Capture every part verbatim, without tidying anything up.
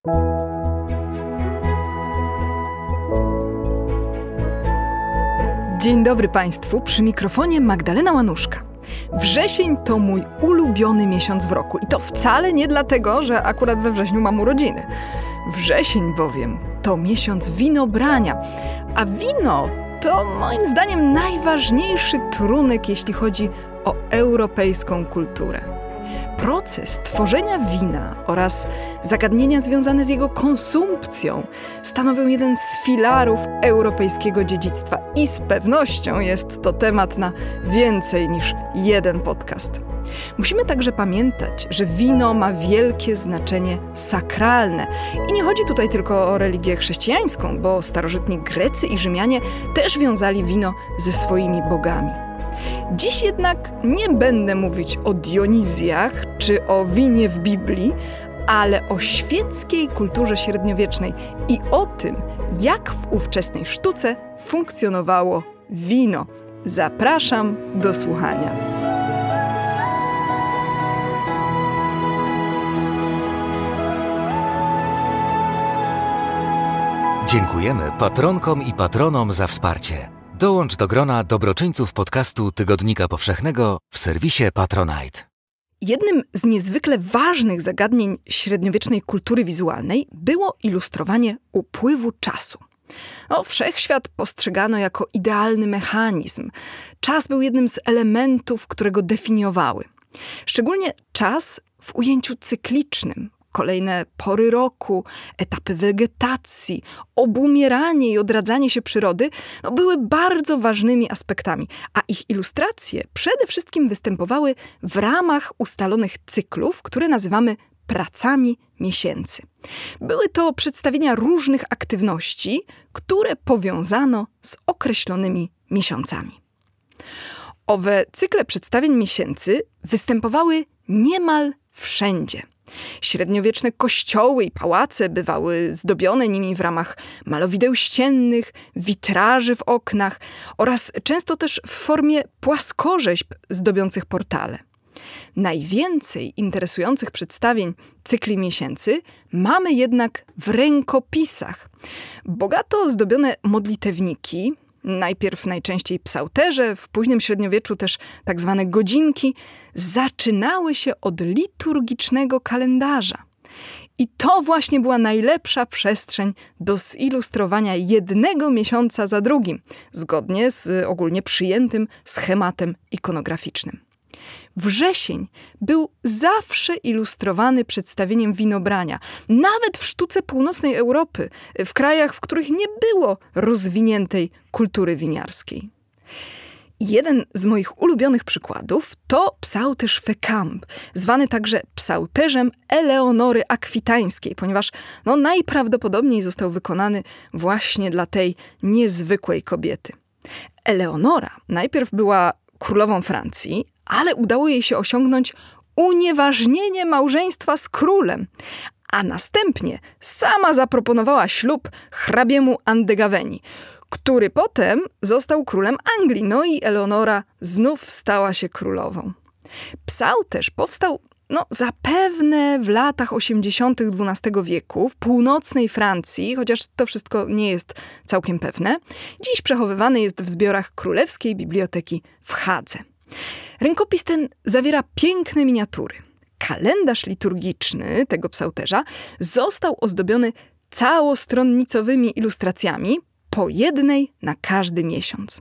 Dzień dobry Państwu, przy mikrofonie Magdalena Łanuszka. Wrzesień to mój ulubiony miesiąc w roku i to wcale nie dlatego, że akurat we wrześniu mam urodziny. Wrzesień bowiem to miesiąc winobrania, a wino to moim zdaniem najważniejszy trunek, jeśli chodzi o europejską kulturę. Proces tworzenia wina oraz zagadnienia związane z jego konsumpcją stanowią jeden z filarów europejskiego dziedzictwa i z pewnością jest to temat na więcej niż jeden podcast. Musimy także pamiętać, że wino ma wielkie znaczenie sakralne i nie chodzi tutaj tylko o religię chrześcijańską, bo starożytni Grecy i Rzymianie też wiązali wino ze swoimi bogami. Dziś jednak nie będę mówić o Dionizjach czy o winie w Biblii, ale o świeckiej kulturze średniowiecznej i o tym, jak w ówczesnej sztuce funkcjonowało wino. Zapraszam do słuchania. Dziękujemy patronkom i patronom za wsparcie. Dołącz do grona dobroczyńców podcastu Tygodnika Powszechnego w serwisie Patronite. Jednym z niezwykle ważnych zagadnień średniowiecznej kultury wizualnej było ilustrowanie upływu czasu. No, wszechświat postrzegano jako idealny mechanizm. Czas był jednym z elementów, które go definiowały. Szczególnie czas w ujęciu cyklicznym. Kolejne pory roku, etapy wegetacji, obumieranie i odradzanie się przyrody no, były bardzo ważnymi aspektami, a ich ilustracje przede wszystkim występowały w ramach ustalonych cyklów, które nazywamy pracami miesięcy. Były to przedstawienia różnych aktywności, które powiązano z określonymi miesiącami. Owe cykle przedstawień miesięcy występowały niemal wszędzie. Średniowieczne kościoły i pałace bywały zdobione nimi w ramach malowideł ściennych, witraży w oknach oraz często też w formie płaskorzeźb zdobiących portale. Najwięcej interesujących przedstawień cykli miesięcy mamy jednak w rękopisach. Bogato zdobione modlitewniki, najpierw najczęściej psałterze, w późnym średniowieczu też tak zwane godzinki, zaczynały się od liturgicznego kalendarza. I to właśnie była najlepsza przestrzeń do zilustrowania jednego miesiąca za drugim, zgodnie z ogólnie przyjętym schematem ikonograficznym. Wrzesień był zawsze ilustrowany przedstawieniem winobrania, nawet w sztuce północnej Europy, w krajach, w których nie było rozwiniętej kultury winiarskiej. Jeden z moich ulubionych przykładów to psałterz Fécamp, zwany także psałterzem Eleonory Akwitańskiej, ponieważ no, najprawdopodobniej został wykonany właśnie dla tej niezwykłej kobiety. Eleonora najpierw była królową Francji, ale udało jej się osiągnąć unieważnienie małżeństwa z królem, a następnie sama zaproponowała ślub hrabiemu Angevini, który potem został królem Anglii, no i Eleonora znów stała się królową. Psałterz powstał no, zapewne w latach osiemdziesiątych dwunastego wieku w północnej Francji, chociaż to wszystko nie jest całkiem pewne. Dziś przechowywany jest w zbiorach Królewskiej Biblioteki w Hadze. Rękopis ten zawiera piękne miniatury. Kalendarz liturgiczny tego psałterza został ozdobiony całostronnicowymi ilustracjami, po jednej na każdy miesiąc.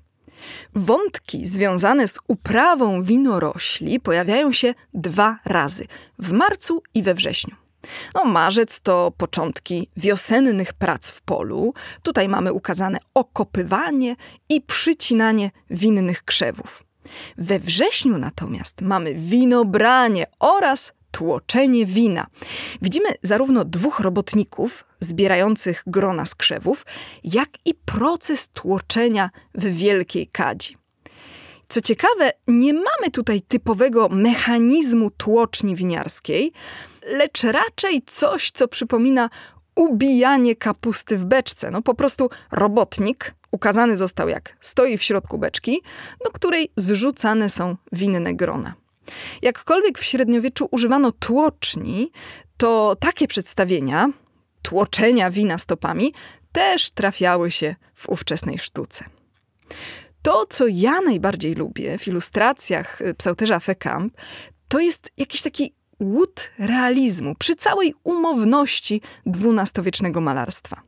Wątki związane z uprawą winorośli pojawiają się dwa razy, w marcu i we wrześniu. No, marzec to początki wiosennych prac w polu. Tutaj mamy ukazane okopywanie i przycinanie winnych krzewów. We wrześniu natomiast mamy winobranie oraz tłoczenie wina. Widzimy zarówno dwóch robotników zbierających grona z krzewów, jak i proces tłoczenia w wielkiej kadzi. Co ciekawe, nie mamy tutaj typowego mechanizmu tłoczni winiarskiej, lecz raczej coś, co przypomina ubijanie kapusty w beczce. No po prostu robotnik ukazany został, jak stoi w środku beczki, do której zrzucane są winne grona. Jakkolwiek w średniowieczu używano tłoczni, to takie przedstawienia, tłoczenia wina stopami też trafiały się w ówczesnej sztuce. To, co ja najbardziej lubię w ilustracjach psałterza Fécamp, to jest jakiś taki łód realizmu przy całej umowności dwunastowiecznego malarstwa.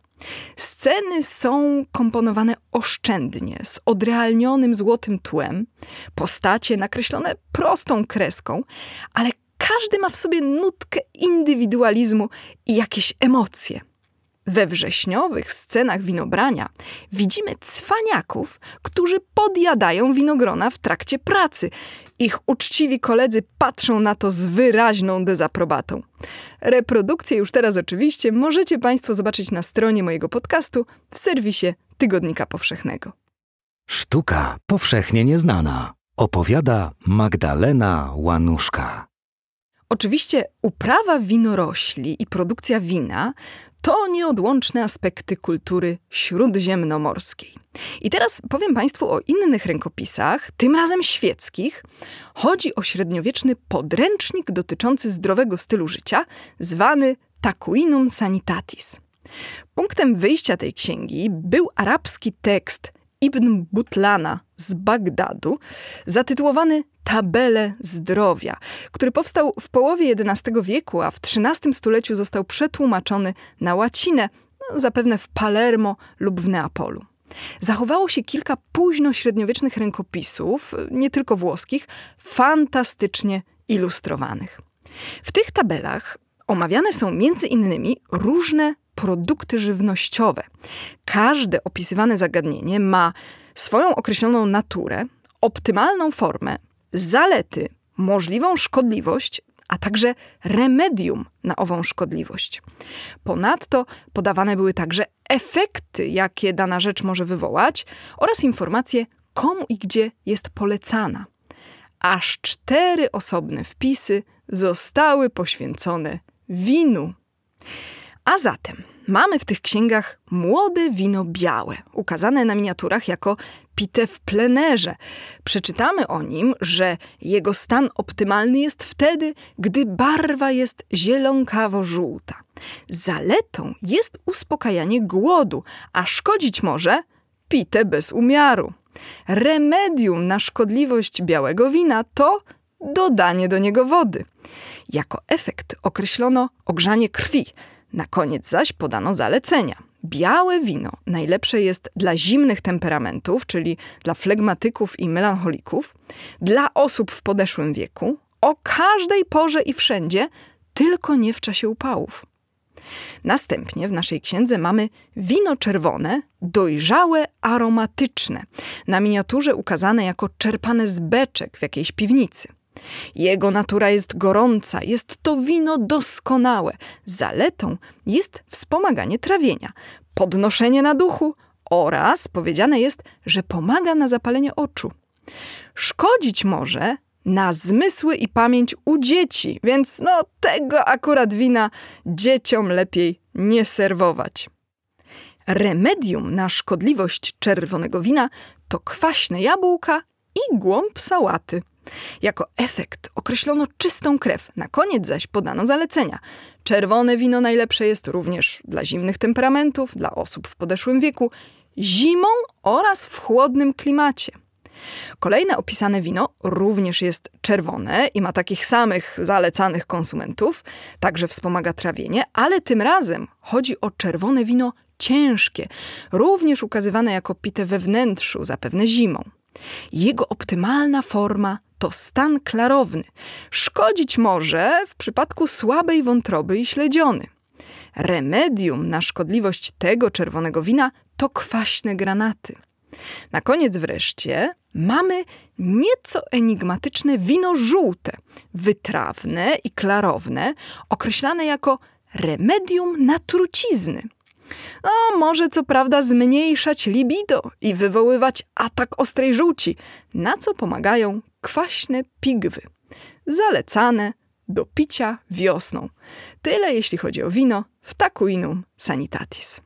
Sceny są komponowane oszczędnie, z odrealnionym złotym tłem, postacie nakreślone prostą kreską, ale każdy ma w sobie nutkę indywidualizmu i jakieś emocje. We wrześniowych scenach winobrania widzimy cwaniaków, którzy podjadają winogrona w trakcie pracy. Ich uczciwi koledzy patrzą na to z wyraźną dezaprobatą. Reprodukcję już teraz oczywiście możecie Państwo zobaczyć na stronie mojego podcastu w serwisie Tygodnika Powszechnego. Sztuka powszechnie nieznana. Opowiada Magdalena Łanuszka. Oczywiście uprawa winorośli i produkcja wina to nieodłączne aspekty kultury śródziemnomorskiej. I teraz powiem Państwu o innych rękopisach, tym razem świeckich. Chodzi o średniowieczny podręcznik dotyczący zdrowego stylu życia, zwany Takuinum Sanitatis. Punktem wyjścia tej księgi był arabski tekst Ibn Butlana z Bagdadu, zatytułowany Tabele zdrowia, który powstał w połowie jedenastego wieku, a w trzynastym stuleciu został przetłumaczony na łacinę, no, zapewne w Palermo lub w Neapolu. Zachowało się kilka późnośredniowiecznych rękopisów, nie tylko włoskich, fantastycznie ilustrowanych. W tych tabelach omawiane są między innymi różne produkty żywnościowe. Każde opisywane zagadnienie ma swoją określoną naturę, optymalną formę, zalety, możliwą szkodliwość, a także remedium na ową szkodliwość. Ponadto podawane były także efekty, jakie dana rzecz może wywołać, oraz informacje, komu i gdzie jest polecana. Aż cztery osobne wpisy zostały poświęcone winu. A zatem mamy w tych księgach młode wino białe, ukazane na miniaturach jako pite w plenerze. Przeczytamy o nim, że jego stan optymalny jest wtedy, gdy barwa jest zielonkawo-żółta. Zaletą jest uspokajanie głodu, a szkodzić może pite bez umiaru. Remedium na szkodliwość białego wina to dodanie do niego wody. Jako efekt określono ogrzanie krwi. Na koniec zaś podano zalecenia. Białe wino najlepsze jest dla zimnych temperamentów, czyli dla flegmatyków i melancholików, dla osób w podeszłym wieku, o każdej porze i wszędzie, tylko nie w czasie upałów. Następnie w naszej księdze mamy wino czerwone, dojrzałe, aromatyczne, na miniaturze ukazane jako czerpane z beczek w jakiejś piwnicy. Jego natura jest gorąca, jest to wino doskonałe. Zaletą jest wspomaganie trawienia, podnoszenie na duchu oraz powiedziane jest, że pomaga na zapalenie oczu. Szkodzić może na zmysły i pamięć u dzieci, więc no tego akurat wina dzieciom lepiej nie serwować. Remedium na szkodliwość czerwonego wina to kwaśne jabłka i głąb sałaty. Jako efekt określono czystą krew, na koniec zaś podano zalecenia. Czerwone wino najlepsze jest również dla zimnych temperamentów, dla osób w podeszłym wieku, zimą oraz w chłodnym klimacie. Kolejne opisane wino również jest czerwone i ma takich samych zalecanych konsumentów, także wspomaga trawienie, ale tym razem chodzi o czerwone wino ciężkie, również ukazywane jako pite we wnętrzu, zapewne zimą. Jego optymalna forma to stan klarowny. Szkodzić może w przypadku słabej wątroby i śledziony. Remedium na szkodliwość tego czerwonego wina to kwaśne granaty. Na koniec wreszcie mamy nieco enigmatyczne wino żółte, wytrawne i klarowne, określane jako remedium na trucizny. No, może co prawda zmniejszać libido i wywoływać atak ostrej żółci, na co pomagają kwaśne pigwy, zalecane do picia wiosną. Tyle jeśli chodzi o wino w Takuinum Sanitatis.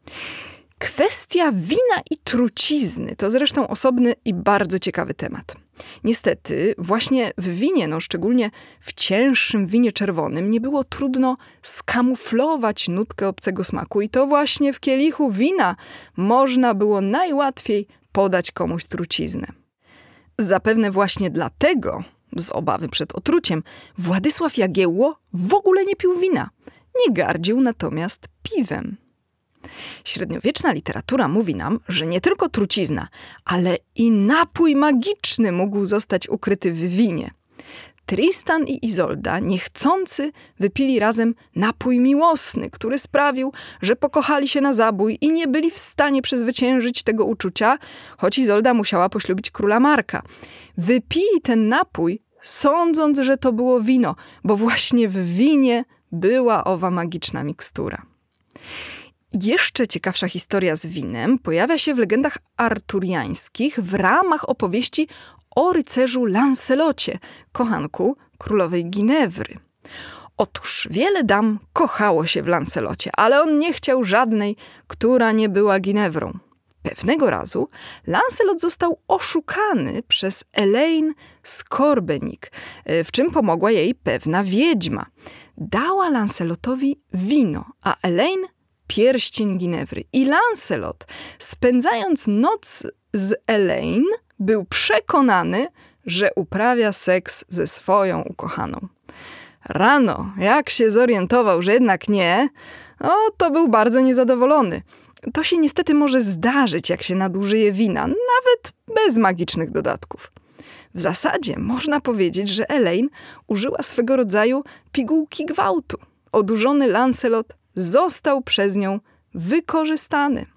Kwestia wina i trucizny to zresztą osobny i bardzo ciekawy temat. Niestety, właśnie w winie, no szczególnie w cięższym winie czerwonym, nie było trudno skamuflować nutkę obcego smaku i to właśnie w kielichu wina można było najłatwiej podać komuś truciznę. Zapewne właśnie dlatego, z obawy przed otruciem, Władysław Jagiełło w ogóle nie pił wina. Nie gardził natomiast piwem. Średniowieczna literatura mówi nam, że nie tylko trucizna, ale i napój magiczny mógł zostać ukryty w winie. Tristan i Izolda niechcący wypili razem napój miłosny, który sprawił, że pokochali się na zabój i nie byli w stanie przezwyciężyć tego uczucia, choć Izolda musiała poślubić króla Marka. Wypili ten napój, sądząc, że to było wino, bo właśnie w winie była owa magiczna mikstura. Jeszcze ciekawsza historia z winem pojawia się w legendach arturiańskich w ramach opowieści o rycerzu Lancelocie, kochanku królowej Ginewry. Otóż wiele dam kochało się w Lancelocie, ale on nie chciał żadnej, która nie była Ginewrą. Pewnego razu Lancelot został oszukany przez Elaine z Corbenic, w czym pomogła jej pewna wiedźma. Dała Lancelotowi wino, a Elaine pierścień Ginewry. I Lancelot, spędzając noc z Elaine, był przekonany, że uprawia seks ze swoją ukochaną. Rano, jak się zorientował, że jednak nie, no, to był bardzo niezadowolony. To się niestety może zdarzyć, jak się nadużyje wina, nawet bez magicznych dodatków. W zasadzie można powiedzieć, że Elaine użyła swego rodzaju pigułki gwałtu. Odurzony Lancelot został przez nią wykorzystany.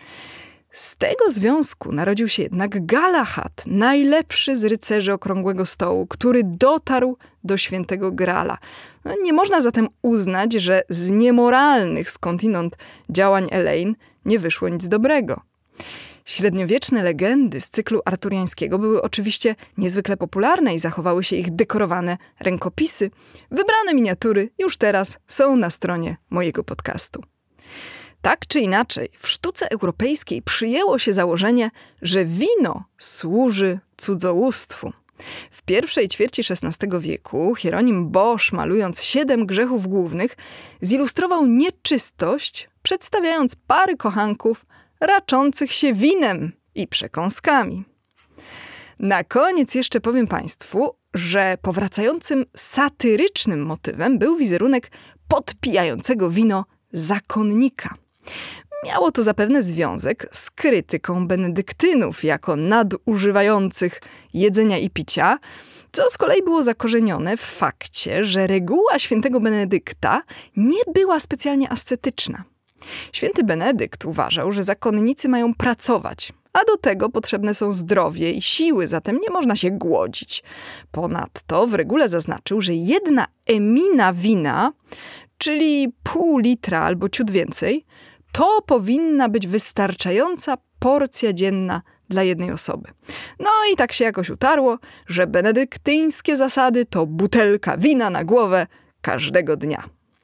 Z tego związku narodził się jednak Galahad, najlepszy z rycerzy Okrągłego Stołu, który dotarł do Świętego Grala. No, nie można zatem uznać, że z niemoralnych skądinąd działań Elaine nie wyszło nic dobrego. Średniowieczne legendy z cyklu arturiańskiego były oczywiście niezwykle popularne i zachowały się ich dekorowane rękopisy. Wybrane miniatury już teraz są na stronie mojego podcastu. Tak czy inaczej, w sztuce europejskiej przyjęło się założenie, że wino służy cudzołóstwu. W pierwszej ćwierci szesnastego wieku Hieronim Bosch, malując siedem grzechów głównych, zilustrował nieczystość, przedstawiając pary kochanków raczących się winem i przekąskami. Na koniec jeszcze powiem Państwu, że powracającym satyrycznym motywem był wizerunek podpijającego wino zakonnika. Miało to zapewne związek z krytyką benedyktynów jako nadużywających jedzenia i picia, co z kolei było zakorzenione w fakcie, że reguła świętego Benedykta nie była specjalnie ascetyczna. Święty Benedykt uważał, że zakonnicy mają pracować, a do tego potrzebne są zdrowie i siły, zatem nie można się głodzić. Ponadto w regule zaznaczył, że jedna emina wina, czyli pół litra albo ciut więcej, to powinna być wystarczająca porcja dzienna dla jednej osoby. No i tak się jakoś utarło, że benedyktyńskie zasady to butelka wina na głowę każdego dnia.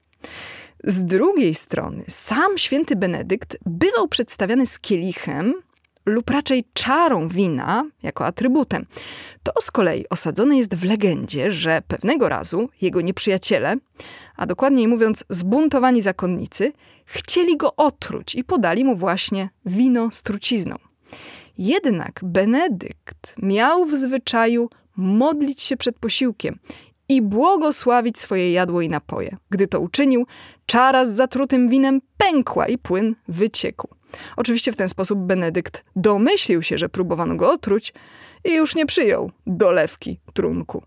Z drugiej strony sam święty Benedykt bywał przedstawiany z kielichem lub raczej czarą wina jako atrybutem. To z kolei osadzone jest w legendzie, że pewnego razu jego nieprzyjaciele, a dokładniej mówiąc zbuntowani zakonnicy, chcieli go otruć i podali mu właśnie wino z trucizną. Jednak Benedykt miał w zwyczaju modlić się przed posiłkiem i błogosławić swoje jadło i napoje. Gdy to uczynił, czara z zatrutym winem pękła i płyn wyciekł. Oczywiście w ten sposób Benedykt domyślił się, że próbowano go otruć i już nie przyjął dolewki trunku.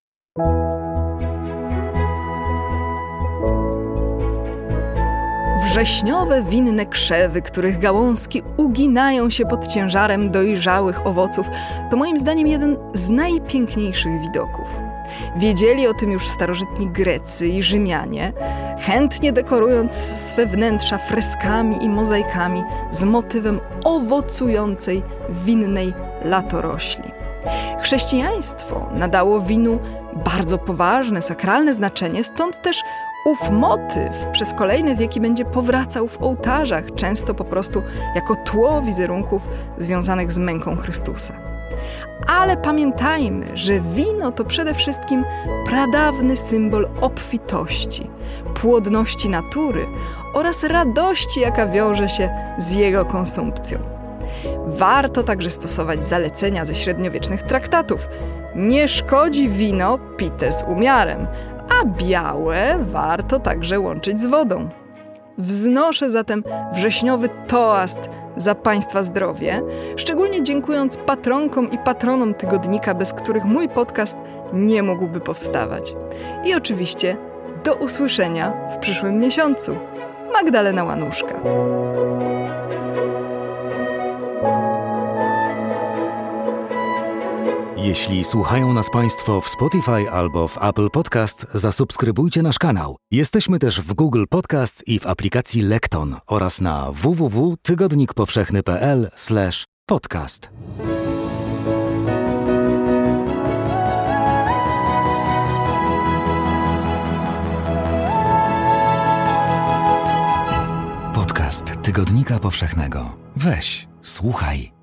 Wrześniowe winne krzewy, których gałązki uginają się pod ciężarem dojrzałych owoców, to moim zdaniem jeden z najpiękniejszych widoków. Wiedzieli o tym już starożytni Grecy i Rzymianie, chętnie dekorując swe wnętrza freskami i mozaikami z motywem owocującej winnej latorośli. Chrześcijaństwo nadało winu bardzo poważne, sakralne znaczenie, stąd też ów motyw przez kolejne wieki będzie powracał w ołtarzach, często po prostu jako tło wizerunków związanych z męką Chrystusa. Ale pamiętajmy, że wino to przede wszystkim pradawny symbol obfitości, płodności natury oraz radości, jaka wiąże się z jego konsumpcją. Warto także stosować zalecenia ze średniowiecznych traktatów. Nie szkodzi wino pite z umiarem, a białe warto także łączyć z wodą. Wznoszę zatem wrześniowy toast za Państwa zdrowie, szczególnie dziękując patronkom i patronom tygodnika, bez których mój podcast nie mógłby powstawać. I oczywiście do usłyszenia w przyszłym miesiącu. Magdalena Łanuszka. Jeśli słuchają nas Państwo w Spotify albo w Apple Podcast, zasubskrybujcie nasz kanał. Jesteśmy też w Google Podcast i w aplikacji Lekton oraz na w w w kropka tygodnik powszechny kropka p l slash podcast. Podcast Tygodnika Powszechnego. Weź, słuchaj.